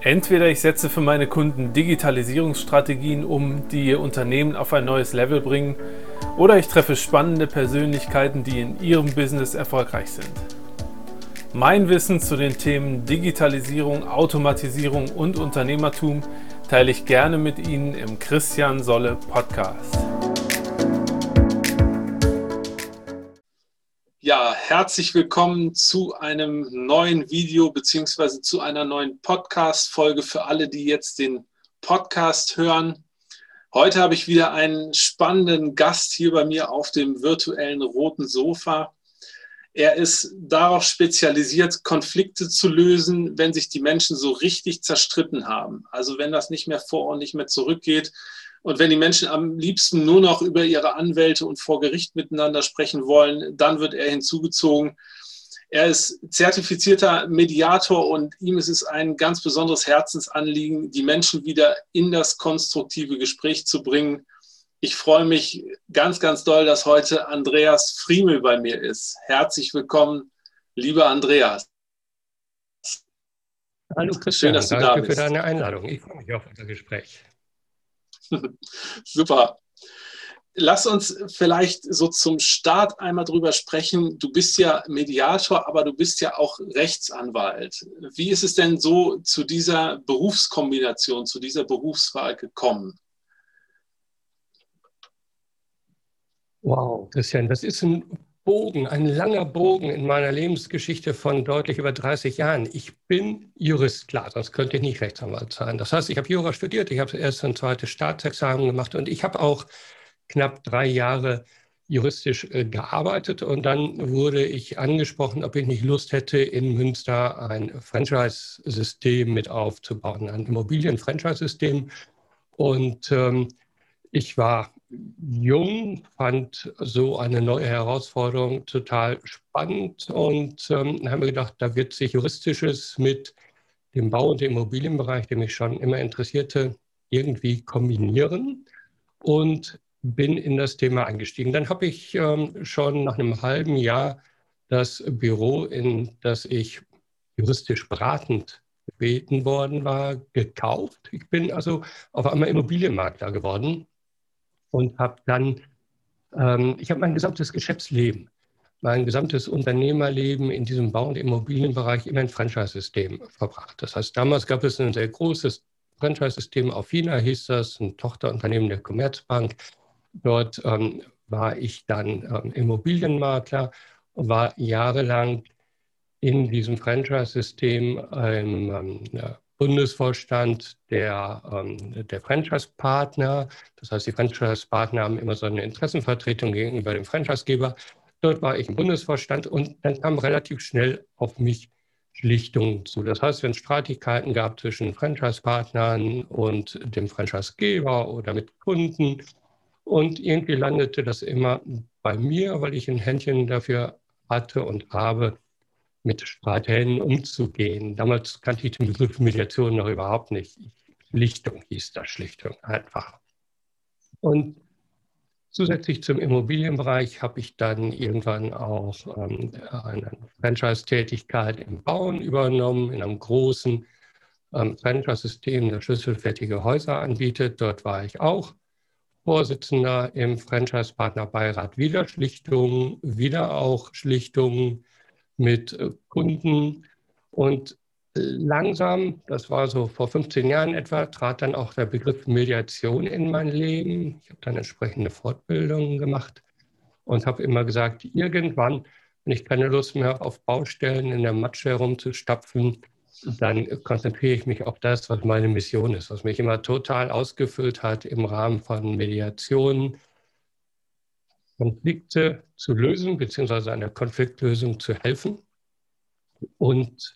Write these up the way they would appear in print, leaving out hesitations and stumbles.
Entweder ich setze für meine Kunden Digitalisierungsstrategien um, die ihr Unternehmen auf ein neues Level bringen, oder ich treffe spannende Persönlichkeiten, die in ihrem Business erfolgreich sind. Mein Wissen zu den Themen Digitalisierung, Automatisierung und Unternehmertum teile ich gerne mit Ihnen im Christian Solle Podcast. Ja, herzlich willkommen zu einem neuen Video bzw. zu einer neuen Podcast-Folge für alle, die jetzt den Podcast hören. Heute habe ich wieder einen spannenden Gast hier bei mir auf dem virtuellen roten Sofa. Er ist darauf spezialisiert, Konflikte zu lösen, wenn sich die Menschen so richtig zerstritten haben. Also wenn das nicht mehr vor und nicht mehr zurückgeht. Und wenn die Menschen am liebsten nur noch über ihre Anwälte und vor Gericht miteinander sprechen wollen, dann wird er hinzugezogen. Er ist zertifizierter Mediator und ihm ist es ein ganz besonderes Herzensanliegen, die Menschen wieder in das konstruktive Gespräch zu bringen. Ich freue mich ganz, ganz doll, dass heute Andreas Friemel bei mir ist. Herzlich willkommen, lieber Andreas. Hallo Christian, schön, dass du da bist. Danke für deine Einladung. Ich freue mich auf unser Gespräch. Super. Lass uns vielleicht so zum Start einmal drüber sprechen. Du bist ja Mediator, aber du bist ja auch Rechtsanwalt. Wie ist es denn so zu dieser Berufskombination, zu dieser Berufswahl gekommen? Wow, Christian, das ist ein langer Bogen in meiner Lebensgeschichte von deutlich über 30 Jahren. Ich bin Jurist, klar, sonst könnte ich nicht Rechtsanwalt sein. Das heißt, ich habe Jura studiert, ich habe das erste und zweite Staatsexamen gemacht und ich habe auch knapp 3 Jahre juristisch gearbeitet und dann wurde ich angesprochen, ob ich nicht Lust hätte, in Münster ein Franchise-System mit aufzubauen, ein Immobilien-Franchise-System. Und ich war jung, fand so eine neue Herausforderung total spannend und habe mir gedacht, da wird sich Juristisches mit dem Bau- und dem Immobilienbereich, der mich schon immer interessierte, irgendwie kombinieren und bin in das Thema eingestiegen. Dann habe ich schon nach einem halben Jahr das Büro, in das ich juristisch beratend gebeten worden war, gekauft. Ich bin also auf einmal Immobilienmakler geworden und habe dann, ich habe mein gesamtes Geschäftsleben, mein gesamtes Unternehmerleben in diesem Bau- und Immobilienbereich immer ein Franchise-System verbracht. Das heißt, damals gab es ein sehr großes Franchise-System, Affina hieß das, ein Tochterunternehmen der Commerzbank. Dort war ich dann Immobilienmakler und war jahrelang in diesem Franchise-System im Bundesvorstand der Franchise-Partner. Das heißt, die Franchise-Partner haben immer so eine Interessenvertretung gegenüber dem Franchisegeber. Dort war ich im Bundesvorstand und dann kam relativ schnell auf mich Schlichtungen zu. Das heißt, wenn es Streitigkeiten gab zwischen Franchise-Partnern und dem Franchisegeber oder mit Kunden und irgendwie landete das immer bei mir, weil ich ein Händchen dafür hatte und habe, mit Streithähnen umzugehen. Damals kannte ich den Begriff Mediation noch überhaupt nicht. Schlichtung hieß das, Schlichtung einfach. Und zusätzlich zum Immobilienbereich habe ich dann irgendwann auch eine Franchise-Tätigkeit im Bauen übernommen, in einem großen Franchise-System, das schlüsselfertige Häuser anbietet. Dort war ich auch Vorsitzender im Franchise-Partnerbeirat. Wieder Schlichtungen, wieder auch Schlichtungen mit Kunden. Und langsam, das war so vor 15 Jahren etwa, trat dann auch der Begriff Mediation in mein Leben. Ich habe dann entsprechende Fortbildungen gemacht und habe immer gesagt, irgendwann, wenn ich keine Lust mehr habe, auf Baustellen in der Matsche herumzustapfen, dann konzentriere ich mich auf das, was meine Mission ist, was mich immer total ausgefüllt hat im Rahmen von Mediationen, Konflikte zu lösen, beziehungsweise einer Konfliktlösung zu helfen. Und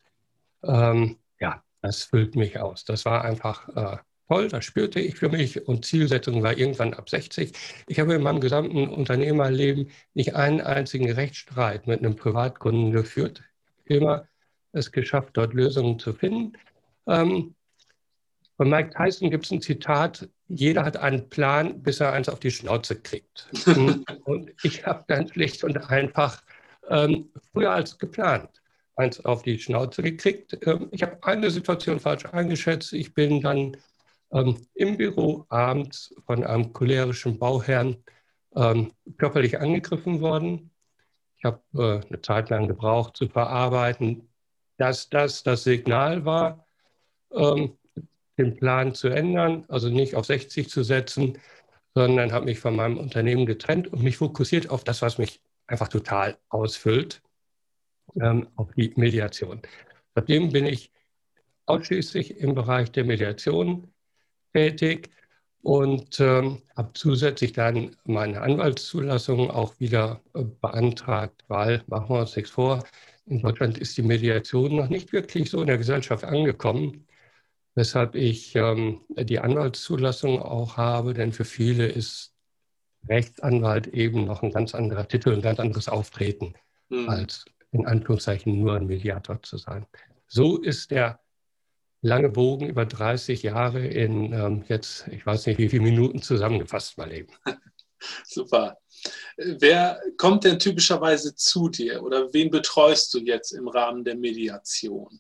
ja, das füllt mich aus. Das war einfach toll, das spürte ich für mich und Zielsetzung war irgendwann ab 60. Ich habe in meinem gesamten Unternehmerleben nicht einen einzigen Rechtsstreit mit einem Privatkunden geführt. Immer es geschafft, dort Lösungen zu finden. Von Mike Tyson gibt es ein Zitat, jeder hat einen Plan, bis er eins auf die Schnauze kriegt. Und ich habe ganz schlicht und einfach früher als geplant eins auf die Schnauze gekriegt. Ich habe eine Situation falsch eingeschätzt. Ich bin dann im Büro abends von einem cholerischen Bauherrn körperlich angegriffen worden. Ich habe eine Zeit lang gebraucht zu verarbeiten, dass das Signal war, den Plan zu ändern, also nicht auf 60 zu setzen, sondern habe mich von meinem Unternehmen getrennt und mich fokussiert auf das, was mich einfach total ausfüllt, auf die Mediation. Seitdem bin ich ausschließlich im Bereich der Mediation tätig und habe zusätzlich dann meine Anwaltszulassung auch wieder beantragt, weil, machen wir uns nichts vor, in Deutschland ist die Mediation noch nicht wirklich so in der Gesellschaft angekommen, weshalb ich die Anwaltszulassung auch habe, denn für viele ist Rechtsanwalt eben noch ein ganz anderer Titel, ein ganz anderes Auftreten, als in Anführungszeichen nur ein Mediator zu sein. So ist der lange Bogen über 30 Jahre in jetzt, ich weiß nicht wie viele Minuten zusammengefasst mal eben. Super. Wer kommt denn typischerweise zu dir oder wen betreust du jetzt im Rahmen der Mediation?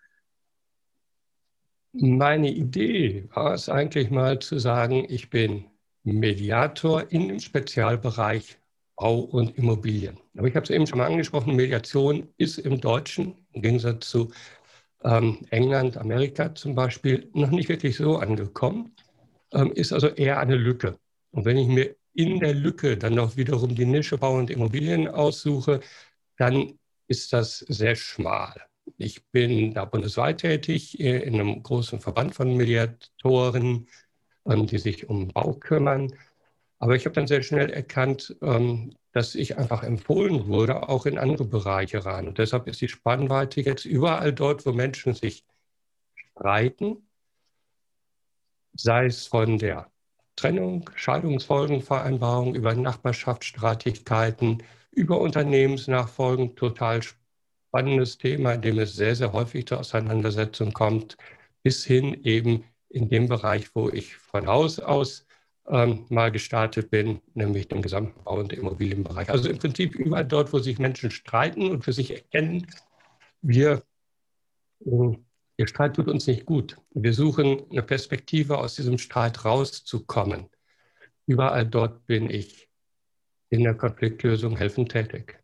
Meine Idee war es eigentlich mal zu sagen, ich bin Mediator in dem Spezialbereich Bau und Immobilien. Aber ich habe es eben schon mal angesprochen, Mediation ist im Deutschen, im Gegensatz zu England, Amerika zum Beispiel, noch nicht wirklich so angekommen, ist also eher eine Lücke. Und wenn ich mir in der Lücke dann noch wiederum die Nische Bau und Immobilien aussuche, dann ist das sehr schmal. Ich bin da bundesweit tätig in einem großen Verband von Mediatoren, die sich um Bau kümmern. Aber ich habe dann sehr schnell erkannt, dass ich einfach empfohlen wurde, auch in andere Bereiche rein. Und deshalb ist die Spannweite jetzt überall dort, wo Menschen sich streiten, sei es von der Trennung, Scheidungsfolgenvereinbarung, über Nachbarschaftsstreitigkeiten, über Unternehmensnachfolgen, total spannendes Thema, in dem es sehr, sehr häufig zur Auseinandersetzung kommt, bis hin eben in dem Bereich, wo ich von Haus aus mal gestartet bin, nämlich dem gesamten Bau- und Immobilienbereich. Also im Prinzip überall dort, wo sich Menschen streiten und für sich erkennen, der Streit tut uns nicht gut. Wir suchen eine Perspektive, aus diesem Streit rauszukommen. Überall dort bin ich in der Konfliktlösung helfend tätig.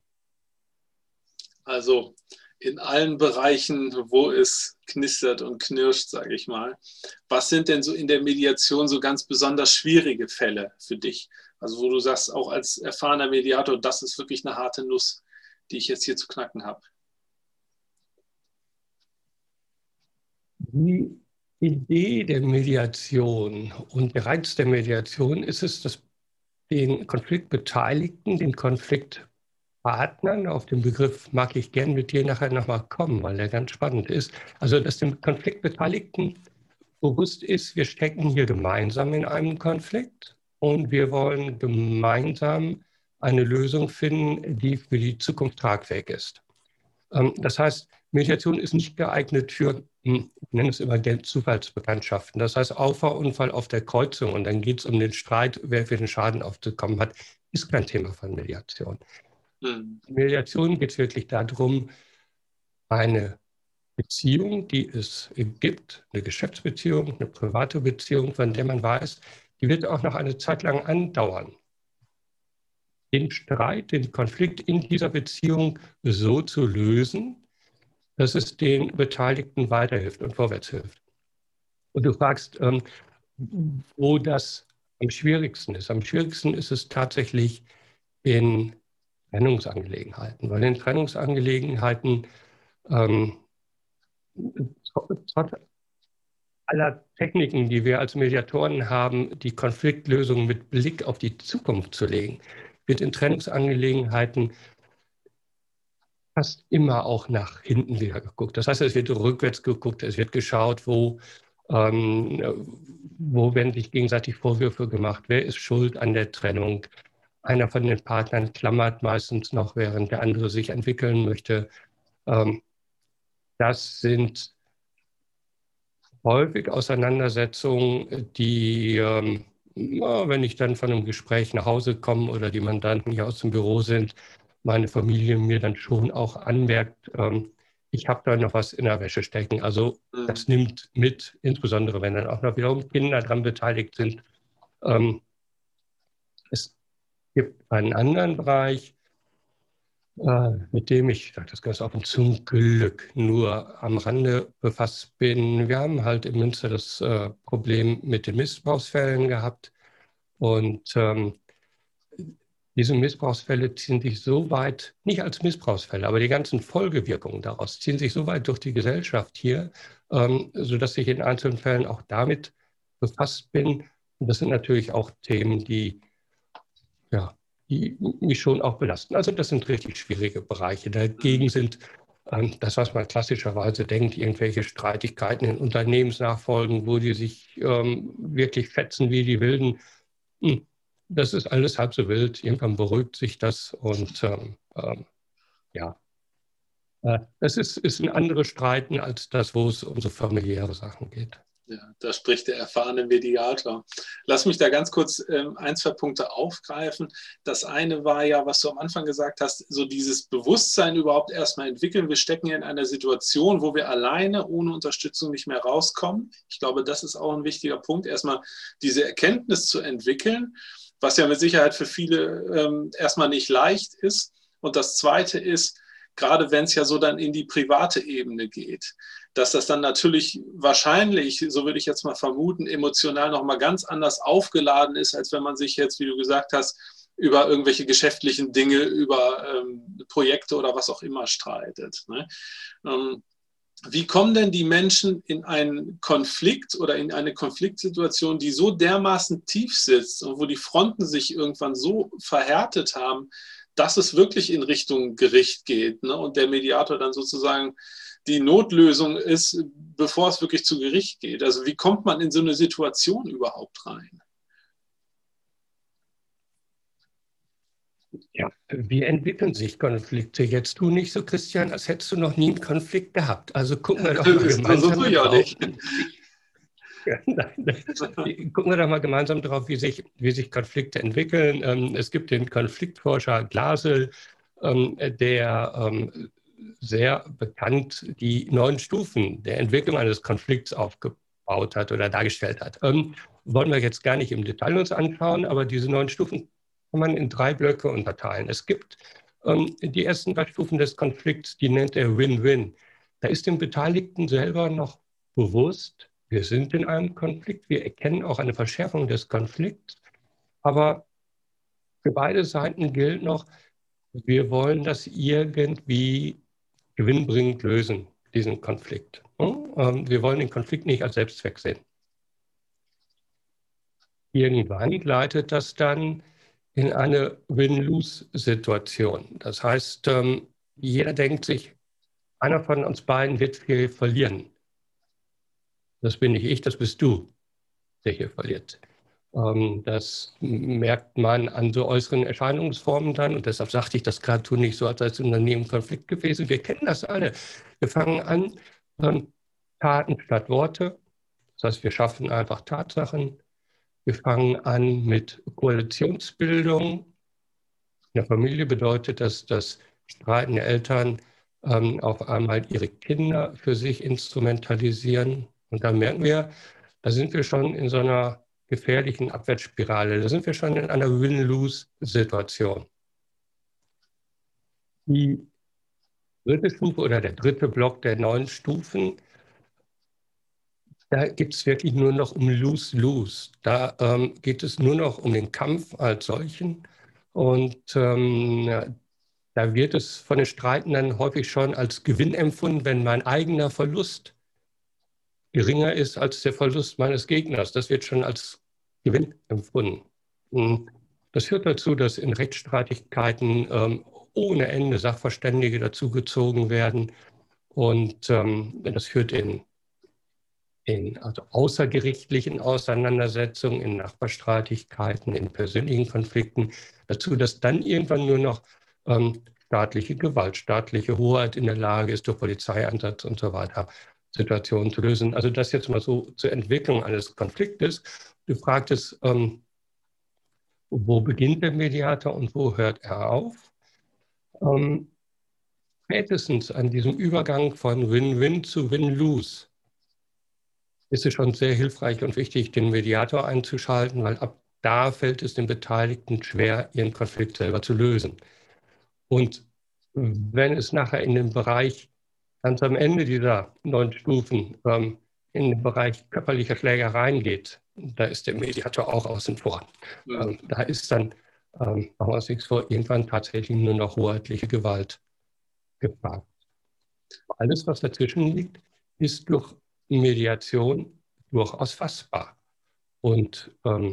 Also in allen Bereichen, wo es knistert und knirscht, sage ich mal. Was sind denn so in der Mediation so ganz besonders schwierige Fälle für dich? Also wo du sagst, auch als erfahrener Mediator, das ist wirklich eine harte Nuss, die ich jetzt hier zu knacken habe. Die Idee der Mediation und der Reiz der Mediation ist es, dass den Konfliktbeteiligten, den Konfliktpartnern, auf den Begriff mag ich gern mit dir nachher nochmal kommen, weil der ganz spannend ist, also dass den Konfliktbeteiligten bewusst ist, wir stecken hier gemeinsam in einem Konflikt und wir wollen gemeinsam eine Lösung finden, die für die Zukunft tragfähig ist. Das heißt, Mediation ist nicht geeignet für, ich nenne es immer Zufallsbekanntschaften. Das heißt, Auffahrunfall auf der Kreuzung und dann geht es um den Streit, wer für den Schaden aufzukommen hat, ist kein Thema von Mediation. In Mediation geht es wirklich darum, eine Beziehung, die es gibt, eine Geschäftsbeziehung, eine private Beziehung, von der man weiß, die wird auch noch eine Zeit lang andauern. Den Streit, den Konflikt in dieser Beziehung so zu lösen, dass es den Beteiligten weiterhilft und vorwärts hilft. Und du fragst, wo das am schwierigsten ist. Am schwierigsten ist es tatsächlich in Trennungsangelegenheiten, weil in Trennungsangelegenheiten trotz aller Techniken, die wir als Mediatoren haben, die Konfliktlösung mit Blick auf die Zukunft zu legen, wird in Trennungsangelegenheiten fast immer auch nach hinten wieder geguckt. Das heißt, es wird rückwärts geguckt, es wird geschaut, wo werden sich gegenseitig Vorwürfe gemacht, wer ist schuld an der Trennung. Einer von den Partnern klammert meistens noch, während der andere sich entwickeln möchte. Das sind häufig Auseinandersetzungen, die, wenn ich dann von einem Gespräch nach Hause komme oder die Mandanten hier aus dem Büro sind, meine Familie mir dann schon auch anmerkt, ich habe da noch was in der Wäsche stecken. Also das nimmt mit, insbesondere wenn dann auch noch wiederum Kinder daran beteiligt sind. Es gibt einen anderen Bereich, mit dem ich, das ganz offen, zum Glück nur am Rande befasst bin. Wir haben halt in Münster das Problem mit den Missbrauchsfällen gehabt. Und diese Missbrauchsfälle ziehen sich so weit, nicht als Missbrauchsfälle, aber die ganzen Folgewirkungen daraus ziehen sich so weit durch die Gesellschaft hier, sodass ich in einzelnen Fällen auch damit befasst bin. Und das sind natürlich auch Themen, die mich schon auch belasten. Also das sind richtig schwierige Bereiche. Dagegen sind das, was man klassischerweise denkt, irgendwelche Streitigkeiten in Unternehmensnachfolgen, wo die sich wirklich fetzen wie die Wilden. Das ist alles halb so wild. Irgendwann beruhigt sich das und das ist ein anderes Streiten als das, wo es um so familiäre Sachen geht. Ja, da spricht der erfahrene Mediator. Lass mich da ganz kurz ein, zwei Punkte aufgreifen. Das eine war ja, was du am Anfang gesagt hast, so dieses Bewusstsein überhaupt erstmal entwickeln. Wir stecken ja in einer Situation, wo wir alleine ohne Unterstützung nicht mehr rauskommen. Ich glaube, das ist auch ein wichtiger Punkt, erstmal diese Erkenntnis zu entwickeln, was ja mit Sicherheit für viele erstmal nicht leicht ist. Und das Zweite ist, gerade wenn es ja so dann in die private Ebene geht, dass das dann natürlich wahrscheinlich, so würde ich jetzt mal vermuten, emotional nochmal ganz anders aufgeladen ist, als wenn man sich jetzt, wie du gesagt hast, über irgendwelche geschäftlichen Dinge, über Projekte oder was auch immer streitet. Ne? Wie kommen denn die Menschen in einen Konflikt oder in eine Konfliktsituation, die so dermaßen tief sitzt und wo die Fronten sich irgendwann so verhärtet haben, dass es wirklich in Richtung Gericht geht, ne? Und der Mediator dann sozusagen die Notlösung ist, bevor es wirklich zu Gericht geht. Also wie kommt man in so eine Situation überhaupt rein? Ja, wie entwickeln sich Konflikte? Jetzt tu nicht so, Christian, als hättest du noch nie einen Konflikt gehabt. Also gucken wir doch mal gemeinsam drauf. Gucken wir doch mal gemeinsam drauf, wie sich Konflikte entwickeln. Es gibt den Konfliktforscher Glasel, der sehr bekannt die 9 Stufen der Entwicklung eines Konflikts aufgebaut hat oder dargestellt hat. Wollen wir jetzt gar nicht im Detail uns anschauen, aber diese 9 Stufen kann man in 3 Blöcke unterteilen. Es gibt die ersten 3 Stufen des Konflikts, die nennt er Win-Win. Da ist dem Beteiligten selber noch bewusst, wir sind in einem Konflikt, wir erkennen auch eine Verschärfung des Konflikts, aber für beide Seiten gilt noch, wir wollen das irgendwie gewinnbringend lösen, diesen Konflikt. Wir wollen den Konflikt nicht als Selbstzweck sehen. Irgendwann leitet das dann in eine Win-Lose-Situation. Das heißt, jeder denkt sich, einer von uns beiden wird hier verlieren. Das bin nicht ich, das bist du, der hier verliert. Das merkt man an so äußeren Erscheinungsformen dann. Und deshalb sagte ich das gerade, tu nicht so, als sei es ein Unternehmen Konflikt gewesen. Wir kennen das alle. Wir fangen an, Taten statt Worte. Das heißt, wir schaffen einfach Tatsachen. Wir fangen an mit Koalitionsbildung. In der Familie bedeutet das, dass streitende Eltern auf einmal ihre Kinder für sich instrumentalisieren. Und da merken wir, da sind wir schon in so einer gefährlichen Abwärtsspirale. Da sind wir schon in einer Win-Lose-Situation. Die dritte Stufe oder der dritte Block der 9 Stufen, da geht es wirklich nur noch um Lose-Lose. Da geht es nur noch um den Kampf als solchen. Und da wird es von den Streitenden häufig schon als Gewinn empfunden, wenn mein eigener Verlust geringer ist als der Verlust meines Gegners. Das wird schon als Gewinn empfunden. Das führt dazu, dass in Rechtsstreitigkeiten ohne Ende Sachverständige dazugezogen werden. Und das führt in also außergerichtlichen Auseinandersetzungen, in Nachbarstreitigkeiten, in persönlichen Konflikten dazu, dass dann irgendwann nur noch staatliche Gewalt, staatliche Hoheit in der Lage ist, durch Polizeieinsatz und so weiter Situationen zu lösen. Also das jetzt mal so zur Entwicklung eines Konfliktes. Du fragtest, wo beginnt der Mediator und wo hört er auf? spätestens an diesem Übergang von Win-Win zu Win-Lose ist es schon sehr hilfreich und wichtig, den Mediator einzuschalten, weil ab da fällt es den Beteiligten schwer, ihren Konflikt selber zu lösen. Und wenn es nachher in den Bereich, ganz am Ende dieser 9 Stufen, in den Bereich körperlicher Schlägereien geht, da ist der Mediator auch außen vor. Da ist dann, machen wir uns nichts vor, irgendwann tatsächlich nur noch hoheitliche Gewalt gefragt. Alles, was dazwischen liegt, ist durch Mediation durchaus fassbar und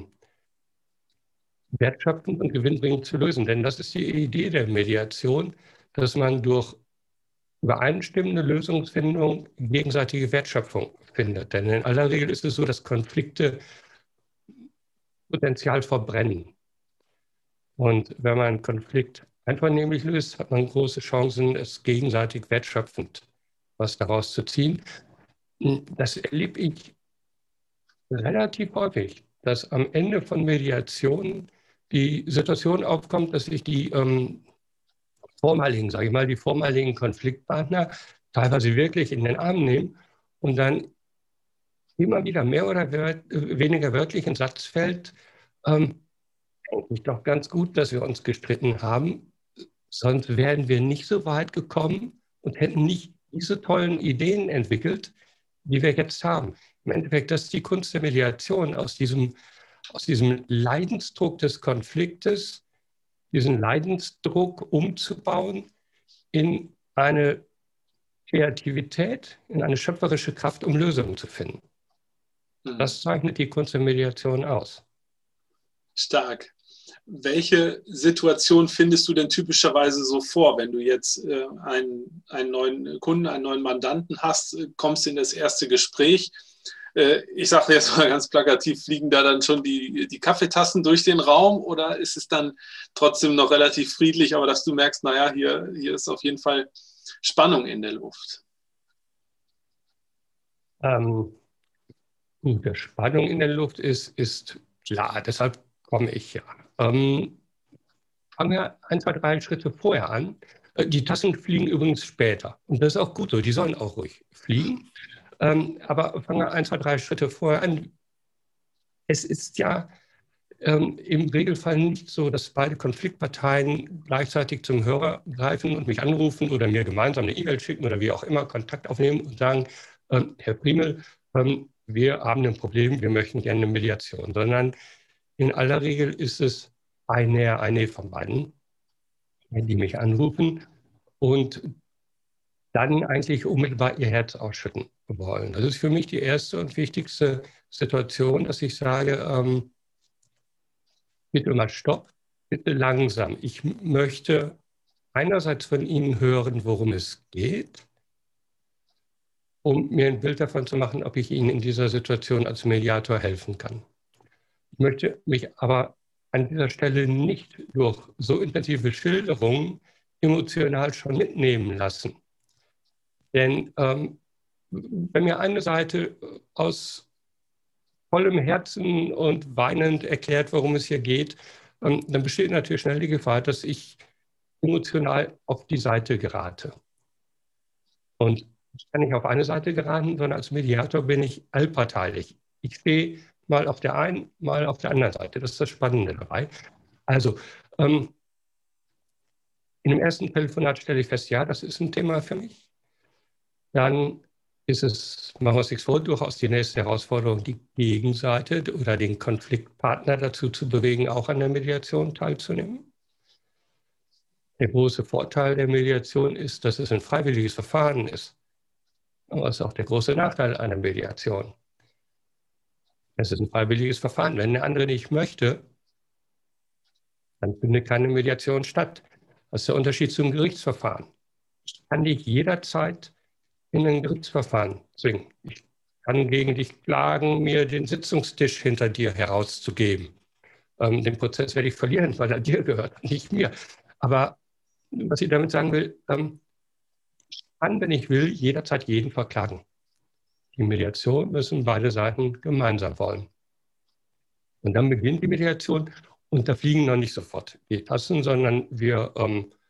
wertschöpfend und gewinnbringend zu lösen. Denn das ist die Idee der Mediation, dass man durch übereinstimmende Lösungsfindung gegenseitige Wertschöpfung findet. Denn in aller Regel ist es so, dass Konflikte Potenzial verbrennen. Und wenn man einen Konflikt einvernehmlich löst, hat man große Chancen, es gegenseitig wertschöpfend was daraus zu ziehen. Das erlebe ich relativ häufig, dass am Ende von Mediationen die Situation aufkommt, dass sich die vormaligen, sage ich mal, die vormaligen Konfliktpartner teilweise wirklich in den Arm nehmen und dann immer wieder mehr oder weniger wörtlich ein Satz fällt, eigentlich doch ganz gut, dass wir uns gestritten haben, sonst wären wir nicht so weit gekommen und hätten nicht diese tollen Ideen entwickelt, die wir jetzt haben. Im Endeffekt, das ist die Kunst der Mediation, aus diesem Leidensdruck des Konfliktes, diesen Leidensdruck umzubauen in eine Kreativität, in eine schöpferische Kraft, um Lösungen zu finden. Das zeichnet die Kunst der Mediation aus. Stark. Welche Situation findest du denn typischerweise so vor, wenn du jetzt einen neuen Kunden, einen neuen Mandanten hast, kommst in das erste Gespräch? Ich sage jetzt mal ganz plakativ, fliegen da dann schon die Kaffeetassen durch den Raum oder ist es dann trotzdem noch relativ friedlich, aber dass du merkst, naja, hier ist auf jeden Fall Spannung in der Luft? Der Spannung in der Luft ist klar, deshalb komme ich ja. Fangen wir 1, 2, 3 Schritte vorher an. Die Tassen fliegen übrigens später. Und das ist auch gut so, die sollen auch ruhig fliegen. Aber fangen wir 1, 2, 3 Schritte vorher an. Es ist ja im Regelfall nicht so, dass beide Konfliktparteien gleichzeitig zum Hörer greifen und mich anrufen oder mir gemeinsam eine E-Mail schicken oder wie auch immer Kontakt aufnehmen und sagen, Herr Priemel, wir haben ein Problem, wir möchten gerne eine Mediation, sondern in aller Regel ist es eine von beiden, die mich anrufen und dann eigentlich unmittelbar ihr Herz ausschütten wollen. Das ist für mich die erste und wichtigste Situation, dass ich sage, bitte mal Stopp, bitte langsam. Ich möchte einerseits von Ihnen hören, worum es geht, um mir ein Bild davon zu machen, ob ich Ihnen in dieser Situation als Mediator helfen kann. Ich möchte mich aber an dieser Stelle nicht durch so intensive Schilderungen emotional schon mitnehmen lassen. Denn wenn mir eine Seite aus vollem Herzen und weinend erklärt, worum es hier geht, dann besteht natürlich schnell die Gefahr, dass ich emotional auf die Seite gerate. Und ich kann nicht auf eine Seite geraten, sondern als Mediator bin ich allparteilich. Ich stehe mal auf der einen, mal auf der anderen Seite. Das ist das Spannende dabei. Also in dem ersten Telefonat stelle ich fest, ja, das ist ein Thema für mich. Dann ist es, machen wir uns nichts vor, durchaus die nächste Herausforderung, die Gegenseite oder den Konfliktpartner dazu zu bewegen, auch an der Mediation teilzunehmen. Der große Vorteil der Mediation ist, dass es ein freiwilliges Verfahren ist. Aber das ist auch der große Nachteil einer Mediation. Es ist ein freiwilliges Verfahren. Wenn der andere nicht möchte, dann findet keine Mediation statt. Das ist der Unterschied zum Gerichtsverfahren. Ich kann dich jederzeit in ein Gerichtsverfahren zwingen. Ich kann gegen dich klagen, mir den Sitzungstisch hinter dir herauszugeben. Den Prozess werde ich verlieren, weil er dir gehört, nicht mir. Aber was ich damit sagen will, ich kann, wenn ich will, jederzeit jeden verklagen. Die Mediation müssen beide Seiten gemeinsam wollen. Und dann beginnt die Mediation und da fliegen noch nicht sofort die Tassen, sondern wir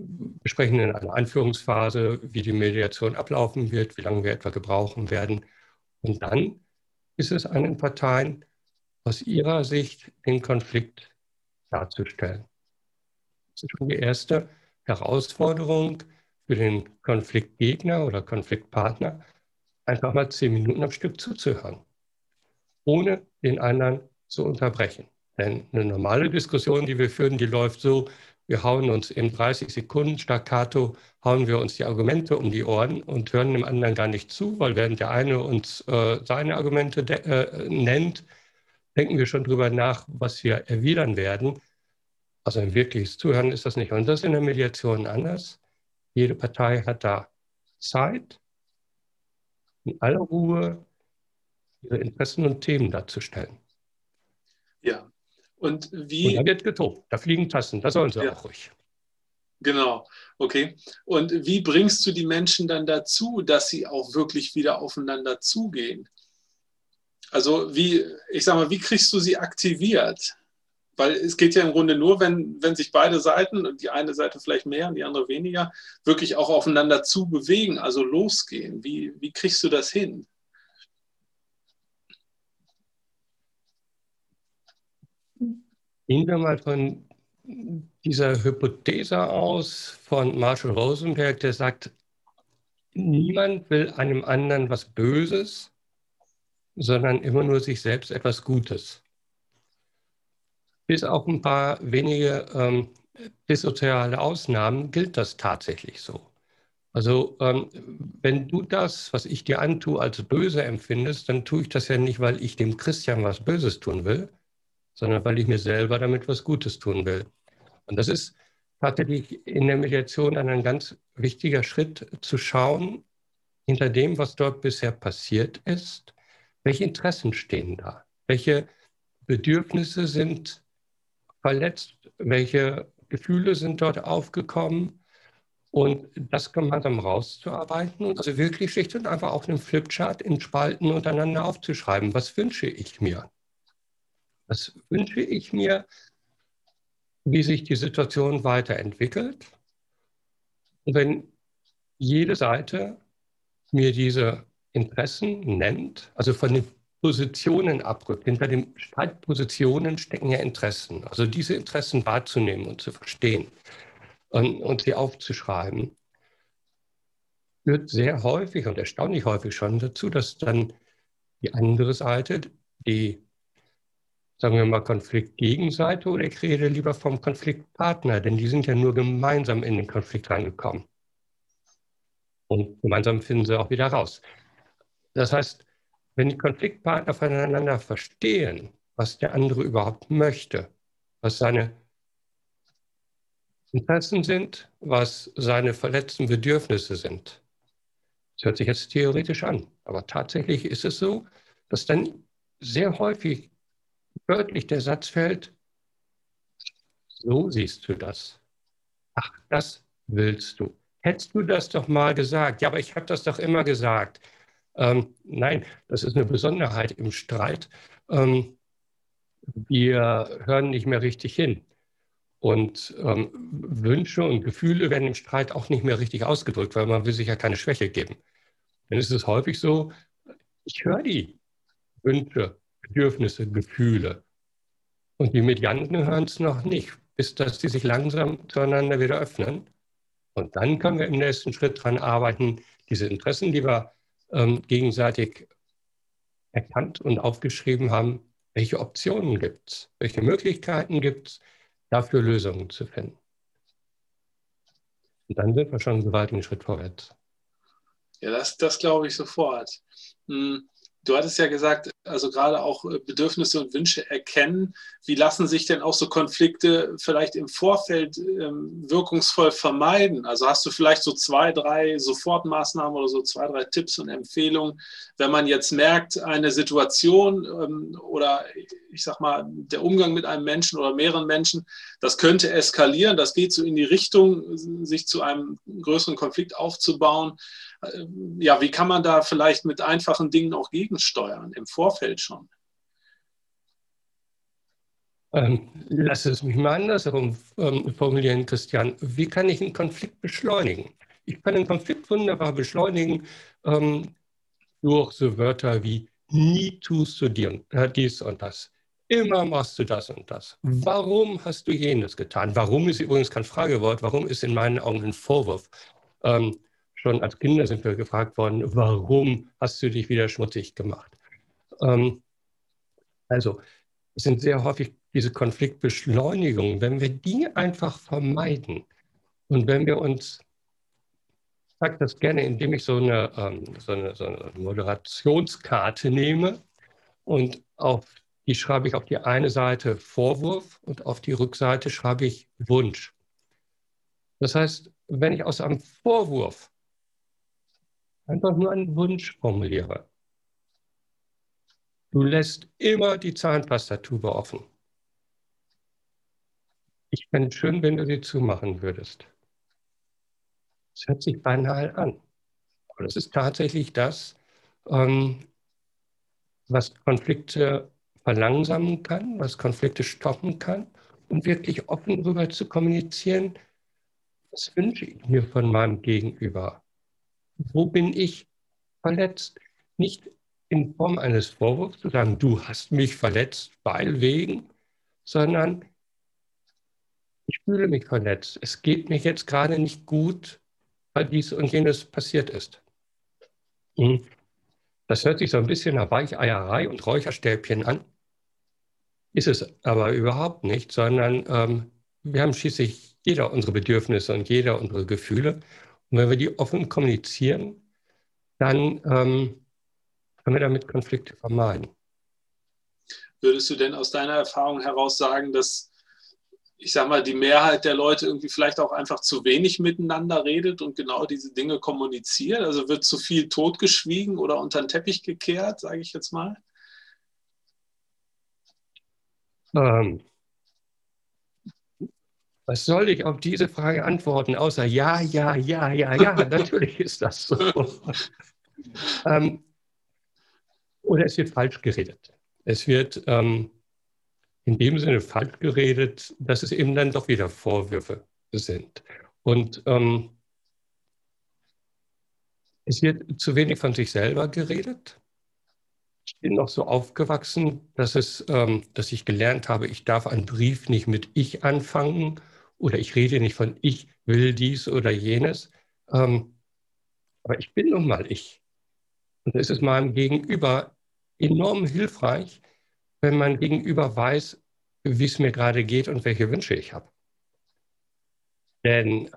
besprechen in einer Einführungsphase, wie die Mediation ablaufen wird, wie lange wir etwa gebrauchen werden. Und dann ist es an den Parteien, aus ihrer Sicht den Konflikt darzustellen. Das ist schon die erste Herausforderung für den Konfliktgegner oder Konfliktpartner, einfach mal 10 Minuten am Stück zuzuhören, ohne den anderen zu unterbrechen. Denn eine normale Diskussion, die wir führen, die läuft so: Wir hauen uns in 30 Sekunden staccato, hauen wir uns die Argumente um die Ohren und hören dem anderen gar nicht zu, weil während der eine uns seine Argumente nennt, denken wir schon drüber nach, was wir erwidern werden. Also ein wirkliches Zuhören ist das nicht. Und das ist in der Mediation anders. Jede Partei hat da Zeit, in aller Ruhe ihre Interessen und Themen darzustellen. Ja. Und da wie, wird getobt, da fliegen Tassen, da sollen sie ja, auch ruhig. genau, okay. Und wie bringst du die Menschen dann dazu, dass sie auch wirklich wieder aufeinander zugehen? Also ich sag mal, wie kriegst du sie aktiviert? Weil es geht ja im Grunde nur, wenn sich beide Seiten, und die eine Seite vielleicht mehr und die andere weniger, wirklich auch aufeinander zu bewegen, also losgehen. Wie kriegst du das hin? Gehen wir mal von dieser Hypothese aus von Marshall Rosenberg, der sagt, niemand will einem anderen was Böses, sondern immer nur sich selbst etwas Gutes. Bis auf ein paar wenige dissoziale Ausnahmen gilt das tatsächlich so. Also wenn du das, was ich dir antue, als böse empfindest, dann tue ich das ja nicht, weil ich dem Christian was Böses tun will, sondern weil ich mir selber damit was Gutes tun will. Und das ist tatsächlich in der Mediation ein ganz wichtiger Schritt, zu schauen, hinter dem, was dort bisher passiert ist, welche Interessen stehen da, welche Bedürfnisse sind verletzt, welche Gefühle sind dort aufgekommen, und das gemeinsam rauszuarbeiten und also wirklich schlicht und einfach auf einem Flipchart in Spalten untereinander aufzuschreiben. Was wünsche ich mir? Was wünsche ich mir, wie sich die Situation weiterentwickelt? Und wenn jede Seite mir diese Interessen nennt, also von den Positionen abrückt, hinter den Streitpositionen stecken ja Interessen, also diese Interessen wahrzunehmen und zu verstehen und sie aufzuschreiben, führt sehr häufig und erstaunlich häufig schon dazu, dass dann die andere Seite, die, sagen wir mal, Konfliktgegenseite, oder ich rede lieber vom Konfliktpartner, denn die sind ja nur gemeinsam in den Konflikt reingekommen. Und gemeinsam finden sie auch wieder raus. Das heißt, wenn die Konfliktpartner voneinander verstehen, was der andere überhaupt möchte, was seine Interessen sind, was seine verletzten Bedürfnisse sind. Das hört sich jetzt theoretisch an, aber tatsächlich ist es so, dass dann sehr häufig wörtlich der Satz fällt: So siehst du das. Ach, das willst du. Hättest du das doch mal gesagt. Ja, aber ich habe das doch immer gesagt. Nein, das ist eine Besonderheit im Streit. Wir hören nicht mehr richtig hin. Und Wünsche und Gefühle werden im Streit auch nicht mehr richtig ausgedrückt, weil man will sich ja keine Schwäche geben. Dann ist es häufig so, ich höre die Wünsche, Bedürfnisse, Gefühle. Und die Medianten hören es noch nicht, bis dass die sich langsam zueinander wieder öffnen. Und dann können wir im nächsten Schritt daran arbeiten, diese Interessen, die wir gegenseitig erkannt und aufgeschrieben haben, welche Optionen gibt es, welche Möglichkeiten gibt es, dafür Lösungen zu finden. Und dann sind wir schon einen gewaltigen Schritt vorwärts. Ja, das glaube ich sofort. Du hattest ja gesagt, also gerade auch Bedürfnisse und Wünsche erkennen. Wie lassen sich denn auch so Konflikte vielleicht im Vorfeld wirkungsvoll vermeiden? Also hast du vielleicht so 2, 3 Sofortmaßnahmen oder so 2, 3 Tipps und Empfehlungen, wenn man jetzt merkt, eine Situation oder ich sag mal, der Umgang mit einem Menschen oder mehreren Menschen, das könnte eskalieren, das geht so in die Richtung, sich zu einem größeren Konflikt aufzubauen. Ja, wie kann man da vielleicht mit einfachen Dingen auch gegensteuern, im Vorfeld schon? Lass es mich mal andersherum formulieren, Christian. Wie kann ich einen Konflikt beschleunigen? Ich kann einen Konflikt wunderbar beschleunigen durch so Wörter wie nie tust du dies und das. Immer machst du das und das. Warum hast du jenes getan? Warum ist übrigens kein Fragewort. Warum ist in meinen Augen ein Vorwurf? Ähm, Schon als Kinder sind wir gefragt worden, warum hast du dich wieder schmutzig gemacht? Ähm, also, es sind sehr häufig diese Konfliktbeschleunigungen. Wenn wir die einfach vermeiden und wenn wir uns, ich sage das gerne, indem ich so eine Moderationskarte nehme und die schreibe ich auf die eine Seite Vorwurf und auf die Rückseite schreibe ich Wunsch. Das heißt, wenn ich aus einem Vorwurf einfach nur einen Wunsch formuliere, du lässt immer die Zahnpastatube offen. Ich fände es schön, wenn du sie zumachen würdest. Das hört sich banal an. Aber das ist tatsächlich das, ähm, was Konflikte verlangsamen kann, was Konflikte stoppen kann und wirklich offen darüber zu kommunizieren, was wünsche ich mir von meinem Gegenüber? Wo bin ich verletzt? Nicht in Form eines Vorwurfs zu sagen, du hast mich verletzt, weil wegen, sondern ich fühle mich verletzt. Es geht mir jetzt gerade nicht gut, weil dies und jenes passiert ist. Mhm. Das hört sich so ein bisschen nach Weicheierei und Räucherstäbchen an, ist es aber überhaupt nicht, sondern wir haben schließlich jeder unsere Bedürfnisse und jeder unsere Gefühle. Und wenn wir die offen kommunizieren, dann können wir damit Konflikte vermeiden. Würdest du denn aus deiner Erfahrung heraus sagen, dass, ich sag mal, die Mehrheit der Leute irgendwie vielleicht auch einfach zu wenig miteinander redet und genau diese Dinge kommuniziert? Also wird zu viel totgeschwiegen oder unter den Teppich gekehrt, sage ich jetzt mal? Ähm, Was soll ich auf diese Frage antworten, außer ja, ja, ja, ja, ja, natürlich ist das so. ähm, oder es wird falsch geredet. Es wird in dem Sinne falsch geredet, dass es eben dann doch wieder Vorwürfe sind. Und es wird zu wenig von sich selber geredet. Ich bin noch so aufgewachsen, dass ich gelernt habe, ich darf einen Brief nicht mit ich anfangen oder ich rede nicht von ich will dies oder jenes. Ähm, aber ich bin nun mal ich. Und es ist meinem Gegenüber enorm hilfreich, wenn mein Gegenüber weiß, wie es mir gerade geht und welche Wünsche ich habe. Denn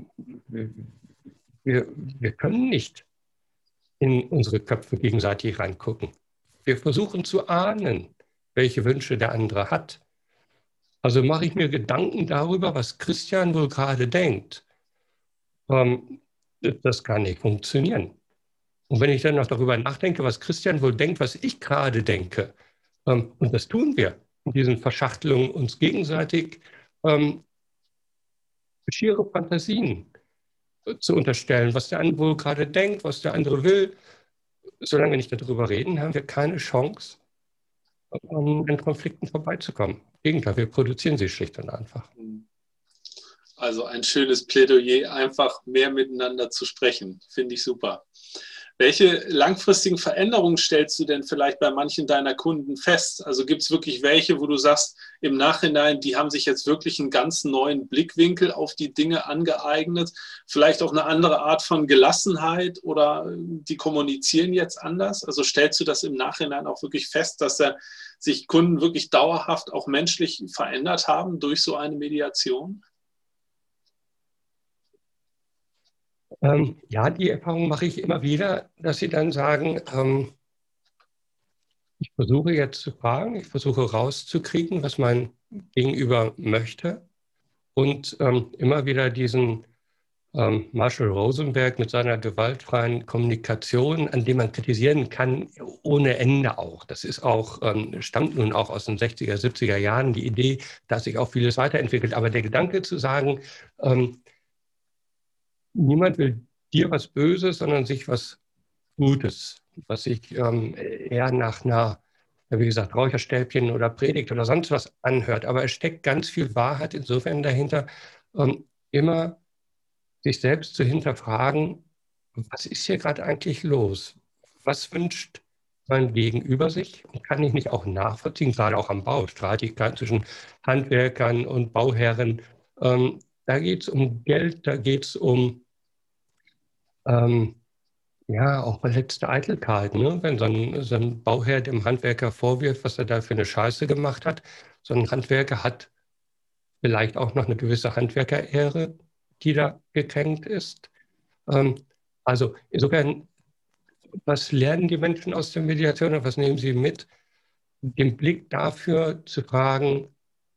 wir können nicht in unsere Köpfe gegenseitig reingucken. Wir versuchen zu ahnen, welche Wünsche der andere hat. Also mache ich mir Gedanken darüber, was Christian wohl gerade denkt. Ähm, Das kann nicht funktionieren. Und wenn ich dann noch darüber nachdenke, was Christian wohl denkt, was ich gerade denke, und das tun wir in diesen Verschachtelungen uns gegenseitig ähm, schiere Fantasien zu unterstellen, was der andere wohl gerade denkt, was der andere will. Solange wir nicht darüber reden, haben wir keine Chance, an Konflikten vorbeizukommen. Im Gegenteil, wir produzieren sie schlicht und einfach. Also ein schönes Plädoyer, einfach mehr miteinander zu sprechen. Finde ich super. Welche langfristigen Veränderungen stellst du denn vielleicht bei manchen deiner Kunden fest? Also gibt es wirklich welche, wo du sagst, im Nachhinein, die haben sich jetzt wirklich einen ganz neuen Blickwinkel auf die Dinge angeeignet, vielleicht auch eine andere Art von Gelassenheit oder die kommunizieren jetzt anders? Also stellst du das im Nachhinein auch wirklich fest, dass sich Kunden wirklich dauerhaft auch menschlich verändert haben durch so eine Mediation? Ja, die Erfahrung mache ich immer wieder, dass sie dann sagen, ich versuche jetzt zu fragen, ich versuche rauszukriegen, was mein Gegenüber möchte und immer wieder diesen Marshall Rosenberg mit seiner gewaltfreien Kommunikation, an dem man kritisieren kann, ohne Ende auch. Das ist auch, stammt nun auch aus den 60er, 70er Jahren, die Idee, dass sich auch vieles weiterentwickelt. Aber der Gedanke zu sagen, niemand will dir was Böses, sondern sich was Gutes, was sich eher nach einer wie gesagt, Räucherstäbchen oder Predigt oder sonst was anhört. Aber es steckt ganz viel Wahrheit insofern dahinter, immer sich selbst zu hinterfragen, was ist hier gerade eigentlich los? Was wünscht mein Gegenüber sich? Und kann ich nicht auch nachvollziehen, gerade auch am Bau, Streitigkeiten zwischen Handwerkern und Bauherren. Da geht es um Geld, da geht es um ähm, ja, auch verletzte Eitelkeit. Ne? Wenn so ein Bauherr dem Handwerker vorwirft, was er da für eine Scheiße gemacht hat, so ein Handwerker hat vielleicht auch noch eine gewisse Handwerkerehre, die da gekränkt ist. Ähm, also insofern, was lernen die Menschen aus der Mediation und was nehmen sie mit? Den Blick dafür zu fragen,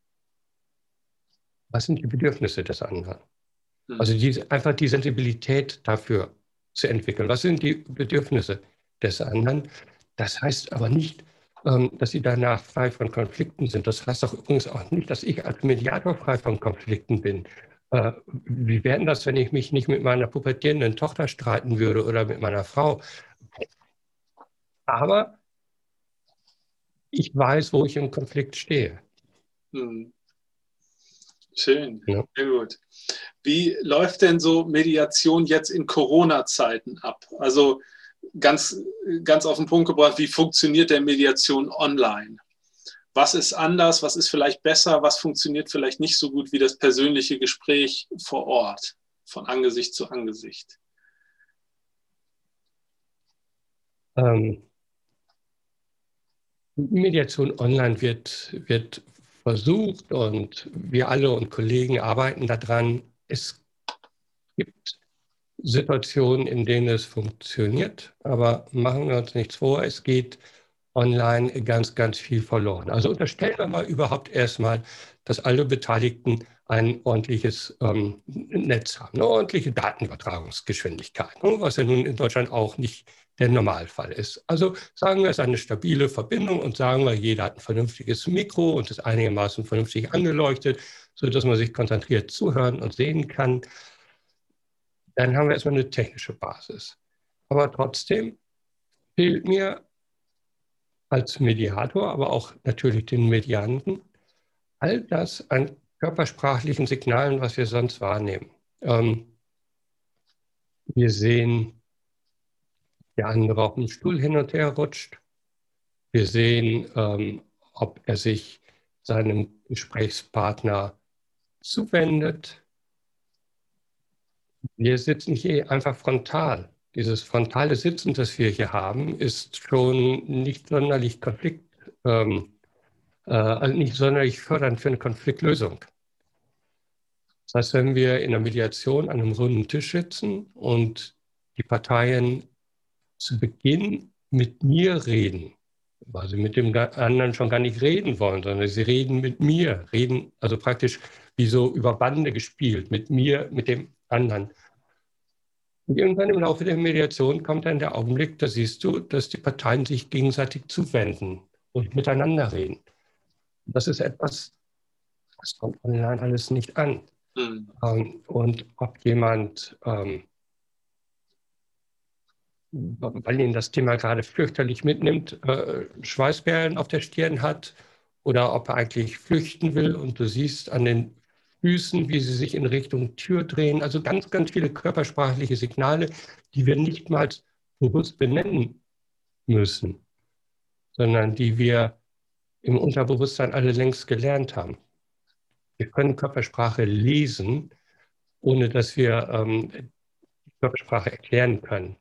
was sind die Bedürfnisse des anderen? Also einfach die Sensibilität dafür zu entwickeln. Was sind die Bedürfnisse des anderen? Das heißt aber nicht, dass sie danach frei von Konflikten sind. Das heißt auch übrigens auch nicht, dass ich als Mediator frei von Konflikten bin. Wie wäre denn das, wenn ich mich nicht mit meiner pubertierenden Tochter streiten würde oder mit meiner Frau? Aber ich weiß, wo ich im Konflikt stehe. Hm. Schön, Ja. sehr gut. Wie läuft denn so Mediation jetzt in Corona-Zeiten ab? Also ganz auf den Punkt gebracht, wie funktioniert der Mediation online? Was ist anders? Was ist vielleicht besser? Was funktioniert vielleicht nicht so gut wie das persönliche Gespräch vor Ort, von Angesicht zu Angesicht? Ähm, Mediation online wird versucht und wir alle und Kollegen arbeiten daran. Es gibt Situationen, in denen es funktioniert, aber machen wir uns nichts vor, es geht online ganz, ganz viel verloren. Also unterstellen wir mal überhaupt erstmal, dass alle Beteiligten ein ordentliches Netz haben, eine ordentliche Datenübertragungsgeschwindigkeit, ne, was ja nun in Deutschland auch nicht der Normalfall ist. Also sagen wir, es ist eine stabile Verbindung und sagen wir, jeder hat ein vernünftiges Mikro und ist einigermaßen vernünftig angeleuchtet, sodass man sich konzentriert zuhören und sehen kann. Dann haben wir erstmal eine technische Basis. Aber trotzdem fehlt mir als Mediator, aber auch natürlich den Medianten, all das an körpersprachlichen Signalen, was wir sonst wahrnehmen. Wir sehen, der andere auf dem Stuhl hin und her rutscht. Wir sehen, ob er sich seinem Gesprächspartner zuwendet. Wir sitzen hier einfach frontal. Dieses frontale Sitzen, das wir hier haben, ist schon nicht sonderlich also nicht sonderlich fördernd für eine Konfliktlösung. Das heißt, wenn wir in der Mediation an einem runden Tisch sitzen und die Parteien zu Beginn mit mir reden, weil sie mit dem anderen schon gar nicht reden wollen, sondern sie reden mit mir, reden also praktisch wie so über Bande gespielt, mit mir, mit dem anderen. Und irgendwann im Laufe der Mediation kommt dann der Augenblick, da siehst du, dass die Parteien sich gegenseitig zuwenden und miteinander reden. Das ist etwas, das kommt online alles nicht an. Und ob jemand, weil ihn das Thema gerade fürchterlich mitnimmt, Schweißperlen auf der Stirn hat oder ob er eigentlich flüchten will und du siehst an den Füßen, wie sie sich in Richtung Tür drehen. Also ganz, ganz viele körpersprachliche Signale, die wir nicht mal bewusst benennen müssen, sondern die wir im Unterbewusstsein alle längst gelernt haben. Wir können Körpersprache lesen, ohne dass wir die Körpersprache erklären können.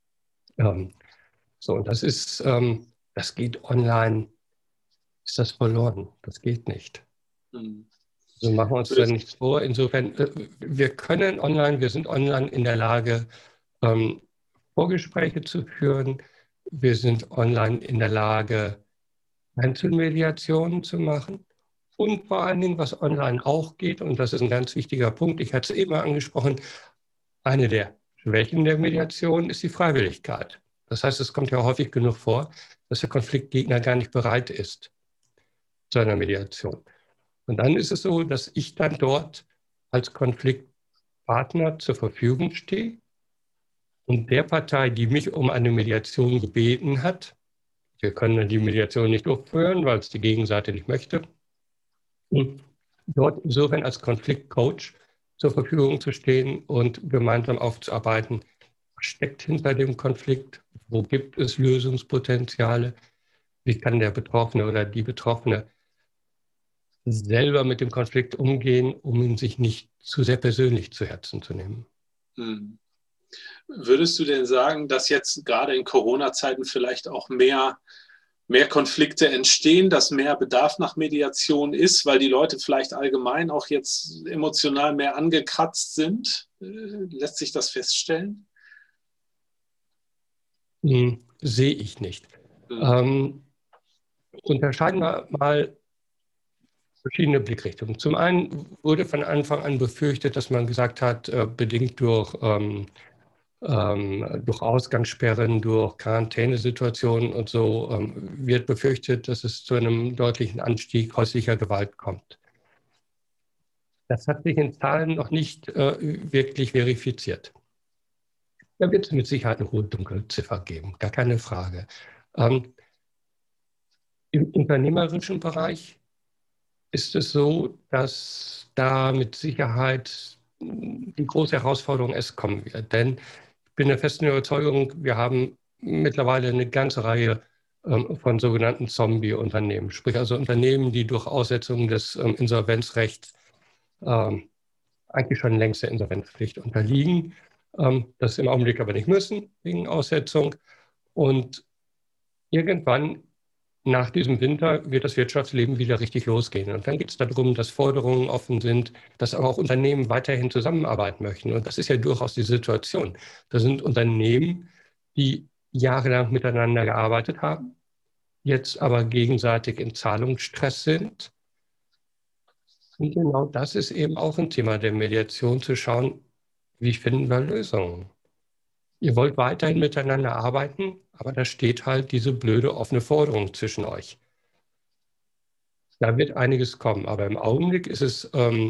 So, und das geht online, ist das verloren. Das geht nicht. Also machen wir uns da nichts vor. Insofern, wir können online, wir sind online in der Lage, Vorgespräche zu führen. Wir sind online in der Lage, Einzelmediationen zu machen. Und vor allen Dingen, was online auch geht, und das ist ein ganz wichtiger Punkt, ich hatte es eben angesprochen, eine der Schwächen der Mediation ist die Freiwilligkeit. Das heißt, es kommt ja häufig genug vor, dass der Konfliktgegner gar nicht bereit ist zu einer Mediation. Und dann ist es so, dass ich dann dort als Konfliktpartner zur Verfügung stehe und der Partei, die mich um eine Mediation gebeten hat, Wir können dann die Mediation nicht durchführen, weil es die Gegenseite nicht möchte. Und dort insofern als Konfliktcoach zur Verfügung zu stehen und gemeinsam aufzuarbeiten, was steckt hinter dem Konflikt, wo gibt es Lösungspotenziale, wie kann der Betroffene oder die Betroffene selber mit dem Konflikt umgehen, um ihn sich nicht zu sehr persönlich zu Herzen zu nehmen. Hm. Würdest du denn sagen, dass jetzt gerade in Corona-Zeiten vielleicht auch mehr Konflikte entstehen, dass mehr Bedarf nach Mediation ist, weil die Leute vielleicht allgemein auch jetzt emotional mehr angekratzt sind? Lässt sich das feststellen? Sehe ich nicht. Hm. Unterscheiden wir mal verschiedene Blickrichtungen. Zum einen wurde von Anfang an befürchtet, dass man gesagt hat, bedingt durch Ausgangssperren, durch Quarantänesituationen und so, wird befürchtet, dass es zu einem deutlichen Anstieg häuslicher Gewalt kommt. Das hat sich in Zahlen noch nicht wirklich verifiziert. Da wird es mit Sicherheit eine hohe Dunkelziffer geben, gar keine Frage. Im unternehmerischen Bereich ist es so, dass da mit Sicherheit die große Herausforderung es kommen wird. Denn ich bin der festen Überzeugung, wir haben mittlerweile eine ganze Reihe von sogenannten Zombie-Unternehmen. Sprich also Unternehmen, die durch Aussetzung des Insolvenzrechts eigentlich schon längst der Insolvenzpflicht unterliegen, das im Augenblick aber nicht müssen wegen Aussetzung. Und irgendwann nach diesem Winter wird das Wirtschaftsleben wieder richtig losgehen. Und dann geht es darum, dass Forderungen offen sind, dass aber auch Unternehmen weiterhin zusammenarbeiten möchten. Und das ist ja durchaus die Situation. Da sind Unternehmen, die jahrelang miteinander gearbeitet haben, jetzt aber gegenseitig in Zahlungsstress sind. Und genau das ist eben auch ein Thema der Mediation, zu schauen, wie finden wir Lösungen. Ihr wollt weiterhin miteinander arbeiten, aber da steht halt diese blöde offene Forderung zwischen euch. Da wird einiges kommen, aber im Augenblick ist es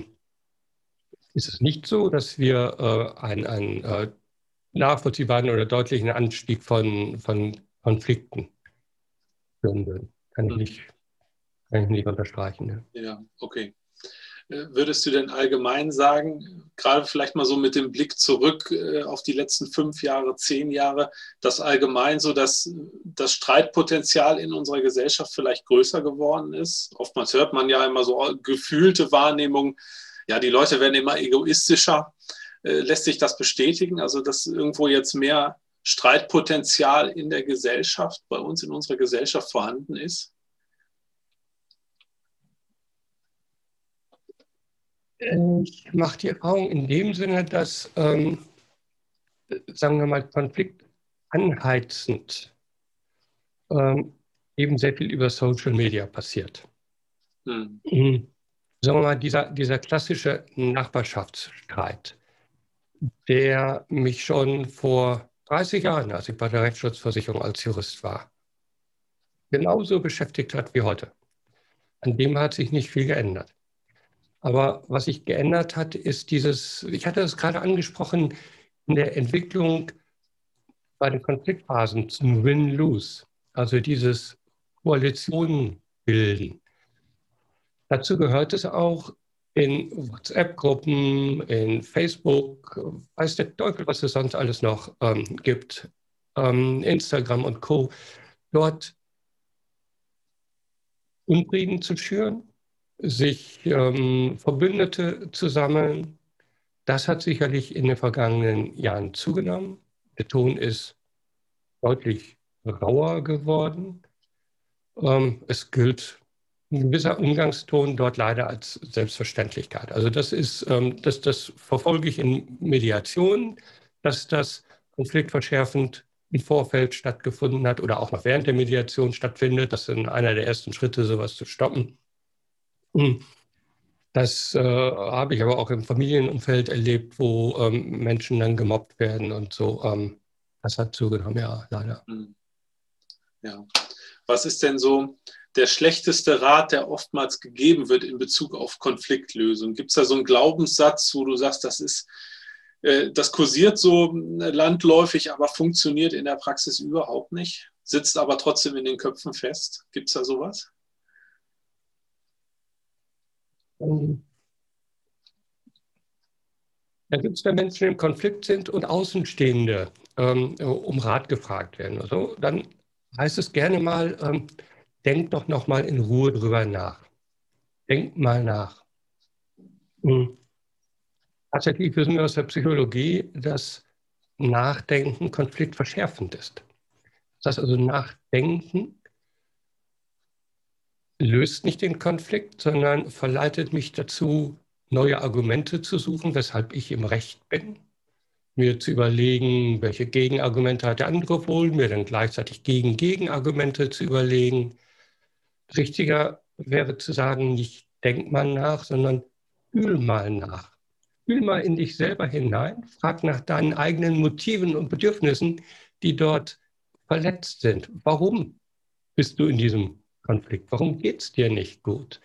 nicht so, dass wir einen nachvollziehbaren oder deutlichen Anstieg von Konflikten führen würden. Kann ich nicht unterstreichen. Ne? Ja, okay. Würdest du denn allgemein sagen, gerade vielleicht mal so mit dem Blick zurück auf die letzten 5 Jahre, 10 Jahre, dass allgemein so das Streitpotenzial in unserer Gesellschaft vielleicht größer geworden ist? Oftmals hört man ja immer so gefühlte Wahrnehmungen, ja, die Leute werden immer egoistischer. Lässt sich das bestätigen? Also, dass irgendwo jetzt mehr Streitpotenzial in der Gesellschaft, bei uns in unserer Gesellschaft vorhanden ist? Ich mache die Erfahrung in dem Sinne, dass, sagen wir mal, Konflikt anheizend eben sehr viel über Social Media passiert. Sagen wir mal, dieser klassische Nachbarschaftsstreit, der mich schon vor 30 Jahren, als ich bei der Rechtsschutzversicherung als Jurist war, genauso beschäftigt hat wie heute. An dem hat sich nicht viel geändert. Aber was sich geändert hat, ist ich hatte es gerade angesprochen, in der Entwicklung bei den Konfliktphasen zum Win-Lose, also dieses Koalitionen bilden. Dazu gehört es auch in WhatsApp-Gruppen, in Facebook, weiß der Teufel, was es sonst alles noch gibt, Instagram und Co., dort Unfrieden zu schüren, sich Verbündete zu sammeln. Das hat sicherlich in den vergangenen Jahren zugenommen. Der Ton ist deutlich rauer geworden. Es gilt ein gewisser Umgangston dort leider als Selbstverständlichkeit. Also das verfolge ich in Mediationen, dass das konfliktverschärfend im Vorfeld stattgefunden hat oder auch noch während der Mediation stattfindet. Das ist einer der ersten Schritte, sowas zu stoppen. Das habe ich aber auch im Familienumfeld erlebt, wo Menschen dann gemobbt werden und so. Das hat zugenommen, ja, leider. Ja. Was ist denn so der schlechteste Rat, der oftmals gegeben wird in Bezug auf Konfliktlösung? Gibt es da so einen Glaubenssatz, wo du sagst, das kursiert so landläufig, aber funktioniert in der Praxis überhaupt nicht? sitzt aber trotzdem in den Köpfen fest. Gibt es da sowas? Da gibt es, wenn Menschen im Konflikt sind und Außenstehende um Rat gefragt werden. Also, dann heißt es gerne mal, denk doch noch mal in Ruhe drüber nach. Denk mal nach. Tatsächlich wissen wir aus der Psychologie, dass Nachdenken konfliktverschärfend ist. Das heißt also, Nachdenken löst nicht den Konflikt, sondern verleitet mich dazu, neue Argumente zu suchen, weshalb ich im Recht bin, mir zu überlegen, welche Gegenargumente hat der andere wohl, mir dann gleichzeitig Gegenargumente zu überlegen. Richtiger wäre zu sagen, nicht denk mal nach, sondern fühl mal nach. Fühl mal in dich selber hinein, frag nach deinen eigenen Motiven und Bedürfnissen, die dort verletzt sind. Warum bist du in diesem Konflikt? Warum geht es dir nicht gut?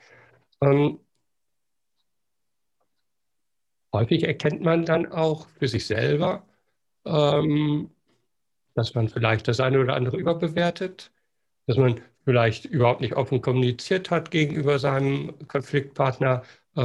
Häufig erkennt man dann auch für sich selber, dass man vielleicht das eine oder andere überbewertet, dass man vielleicht überhaupt nicht offen kommuniziert hat gegenüber seinem Konfliktpartner,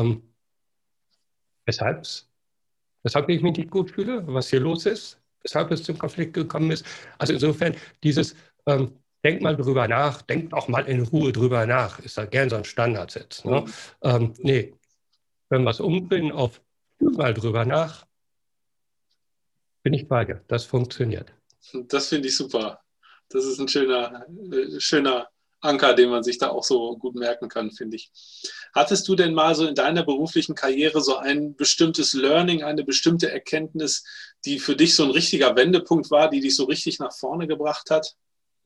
weshalb ich mich nicht gut fühle, was hier los ist, weshalb es zum Konflikt gekommen ist. Also insofern dieses denk mal drüber nach, denk auch mal in Ruhe drüber nach, ist da gern so ein Standardsatz. Ne? Nee, wenn wir es umdrehen auf fühl mal drüber nach, bin ich bei dir. Das funktioniert. Das finde ich super. Das ist ein schöner Anker, den man sich da auch so gut merken kann, finde ich. Hattest du denn mal so in deiner beruflichen Karriere so ein bestimmtes Learning, eine bestimmte Erkenntnis, die für dich so ein richtiger Wendepunkt war, die dich so richtig nach vorne gebracht hat?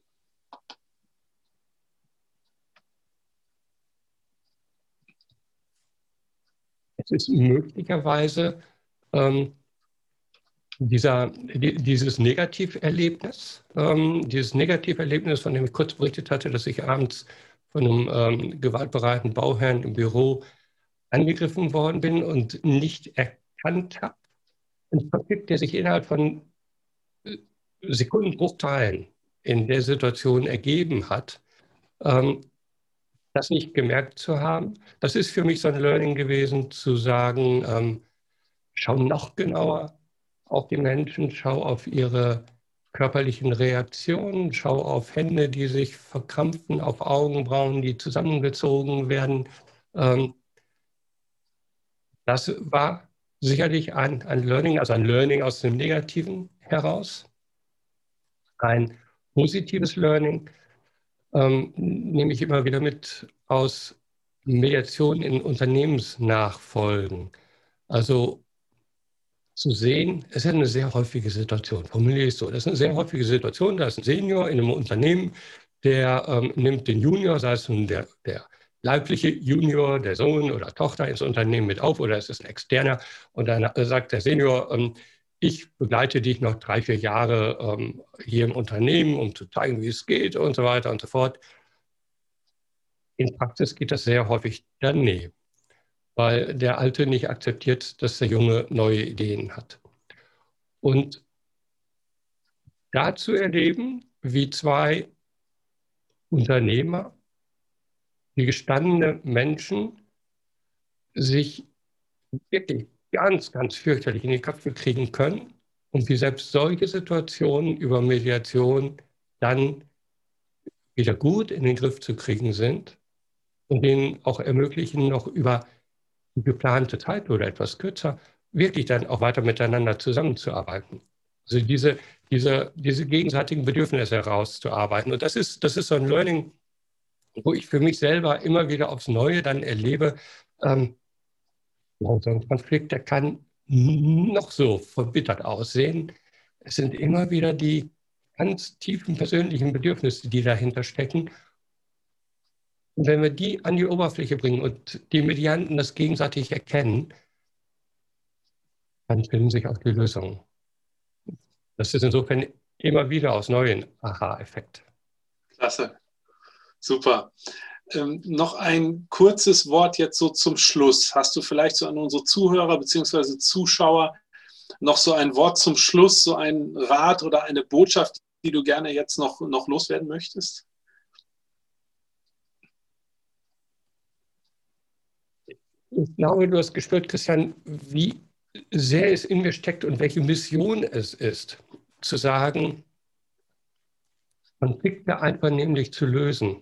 Es ist möglicherweise dieses Negativerlebnis, von dem ich kurz berichtet hatte, dass ich abends von einem gewaltbereiten Bauherrn im Büro angegriffen worden bin und nicht erkannt habe. Ein Konflikt, der sich innerhalb von Sekundenbruchteilen in der Situation ergeben hat, das nicht gemerkt zu haben. Das ist für mich so ein Learning gewesen, zu sagen, schau noch genauer auf die Menschen, schau auf ihre körperlichen Reaktionen, schau auf Hände, die sich verkrampfen, auf Augenbrauen, die zusammengezogen werden. Das war sicherlich ein Learning, also ein Learning aus dem Negativen heraus. Ein positives Learning nehme ich immer wieder mit aus Mediation in Unternehmensnachfolgen. Also zu sehen, es ist eine sehr häufige Situation, formuliere ich so, das ist eine sehr häufige Situation, da ist ein Senior in einem Unternehmen, der nimmt den Junior, sei es nun der leibliche Junior, der Sohn oder Tochter ins Unternehmen mit auf oder es ist ein Externer und dann sagt der Senior, ich begleite dich noch 3, 4 Jahre hier im Unternehmen, um zu zeigen, wie es geht und so weiter und so fort. In Praxis geht das sehr häufig daneben, weil der Alte nicht akzeptiert, dass der Junge neue Ideen hat. Und da zu erleben, wie 2 Unternehmer, wie gestandene Menschen, sich wirklich ganz, ganz fürchterlich in die Köpfe kriegen können und wie selbst solche Situationen über Mediation dann wieder gut in den Griff zu kriegen sind und denen auch ermöglichen, noch über die geplante Zeit oder etwas kürzer wirklich dann auch weiter miteinander zusammenzuarbeiten. Also diese gegenseitigen Bedürfnisse herauszuarbeiten. Und das ist so ein Learning, wo ich für mich selber immer wieder aufs Neue dann erlebe, so ein Konflikt, der kann noch so verbittert aussehen. Es sind immer wieder die ganz tiefen persönlichen Bedürfnisse, die dahinter stecken. Und wenn wir die an die Oberfläche bringen und die Medianten das gegenseitig erkennen, dann finden sich auch die Lösungen. Das ist insofern immer wieder aus neuen Aha-Effekt. Klasse, super. Noch ein kurzes Wort jetzt so zum Schluss. Hast du vielleicht so an unsere Zuhörer bzw. Zuschauer noch so ein Wort zum Schluss, so ein Rat oder eine Botschaft, die du gerne jetzt noch loswerden möchtest? Ich glaube, du hast gespürt, Christian, wie sehr es in mir steckt und welche Mission es ist, zu sagen, Konflikte einvernehmlich zu lösen,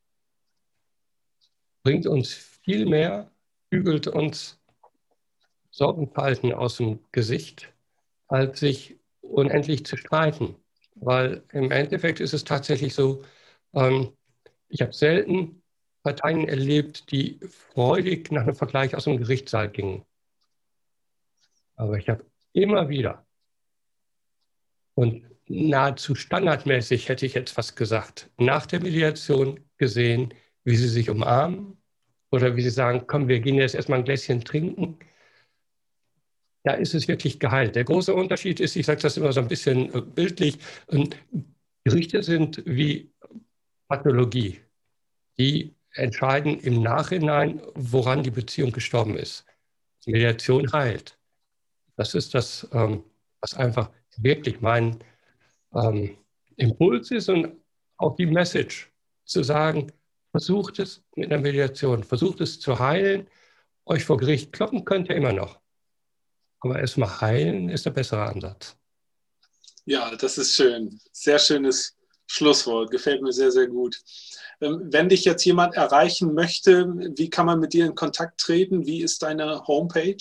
bringt uns viel mehr, bügelt uns Sorgenfalten aus dem Gesicht, als sich unendlich zu streiten. Weil im Endeffekt ist es tatsächlich so, ich habe selten Parteien erlebt, die freudig nach einem Vergleich aus dem Gerichtssaal gingen. Aber ich habe immer wieder und nahezu standardmäßig, hätte ich jetzt fast gesagt, nach der Mediation gesehen, wie sie sich umarmen oder wie sie sagen, komm, wir gehen jetzt erstmal ein Gläschen trinken. Da ist es wirklich geheilt. Der große Unterschied ist, ich sage das immer so ein bisschen bildlich, Gerichte sind wie Pathologie. Die entscheiden im Nachhinein, woran die Beziehung gestorben ist. Die Mediation heilt. Das ist das, was einfach wirklich mein Impuls ist und auch die Message, zu sagen, versucht es mit einer Mediation, versucht es zu heilen. Euch vor Gericht kloppen könnt ihr immer noch. Aber erstmal heilen ist der bessere Ansatz. Ja, das ist schön. Sehr schönes Schlusswort. Gefällt mir sehr, sehr gut. Wenn dich jetzt jemand erreichen möchte, wie kann man mit dir in Kontakt treten? Wie ist deine Homepage?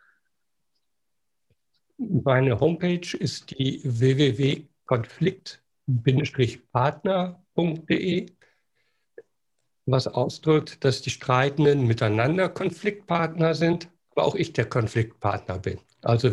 Meine Homepage ist die www.konflikt-partner.de, was ausdrückt, dass die Streitenden miteinander Konfliktpartner sind, aber auch ich der Konfliktpartner bin. Also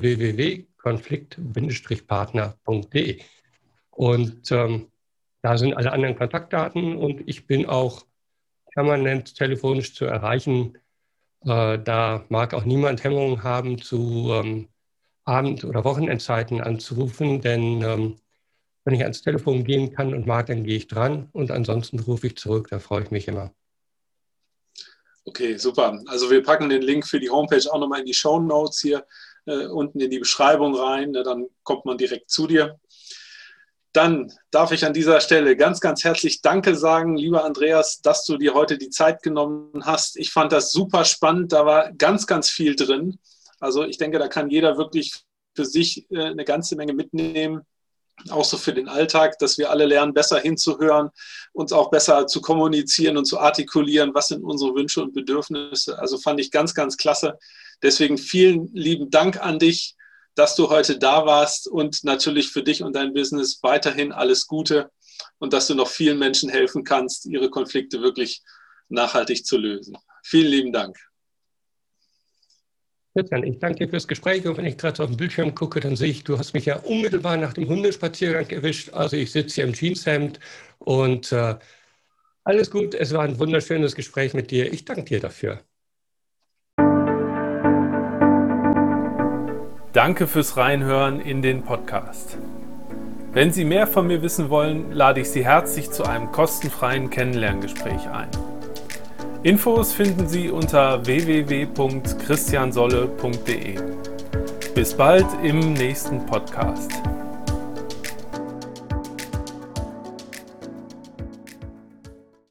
www.konflikt-partner.de. Und da sind alle anderen Kontaktdaten und ich bin auch permanent telefonisch zu erreichen. Da mag auch niemand Hemmungen haben, zu Abend- oder Wochenendzeiten anzurufen, denn wenn ich ans Telefon gehen kann und mag, dann gehe ich dran und ansonsten rufe ich zurück, da freue ich mich immer. Okay, super. Also wir packen den Link für die Homepage auch nochmal in die Shownotes hier unten in die Beschreibung rein, dann kommt man direkt zu dir. Dann darf ich an dieser Stelle ganz, ganz herzlich Danke sagen, lieber Andreas, dass du dir heute die Zeit genommen hast. Ich fand das super spannend, da war ganz, ganz viel drin. Also ich denke, da kann jeder wirklich für sich eine ganze Menge mitnehmen, auch so für den Alltag, dass wir alle lernen, besser hinzuhören, uns auch besser zu kommunizieren und zu artikulieren, was sind unsere Wünsche und Bedürfnisse. Also fand ich ganz, ganz klasse. Deswegen vielen lieben Dank an dich, dass du heute da warst und natürlich für dich und dein Business weiterhin alles Gute und dass du noch vielen Menschen helfen kannst, ihre Konflikte wirklich nachhaltig zu lösen. Vielen lieben Dank. Christian, ich danke dir fürs Gespräch und wenn ich gerade auf den Bildschirm gucke, dann sehe ich, du hast mich ja unmittelbar nach dem Hundespaziergang erwischt. Also ich sitze hier im Jeanshemd und alles gut. Es war ein wunderschönes Gespräch mit dir. Ich danke dir dafür. Danke fürs Reinhören in den Podcast. Wenn Sie mehr von mir wissen wollen, lade ich Sie herzlich zu einem kostenfreien Kennenlerngespräch ein. Infos finden Sie unter www.christiansolle.de. Bis bald im nächsten Podcast.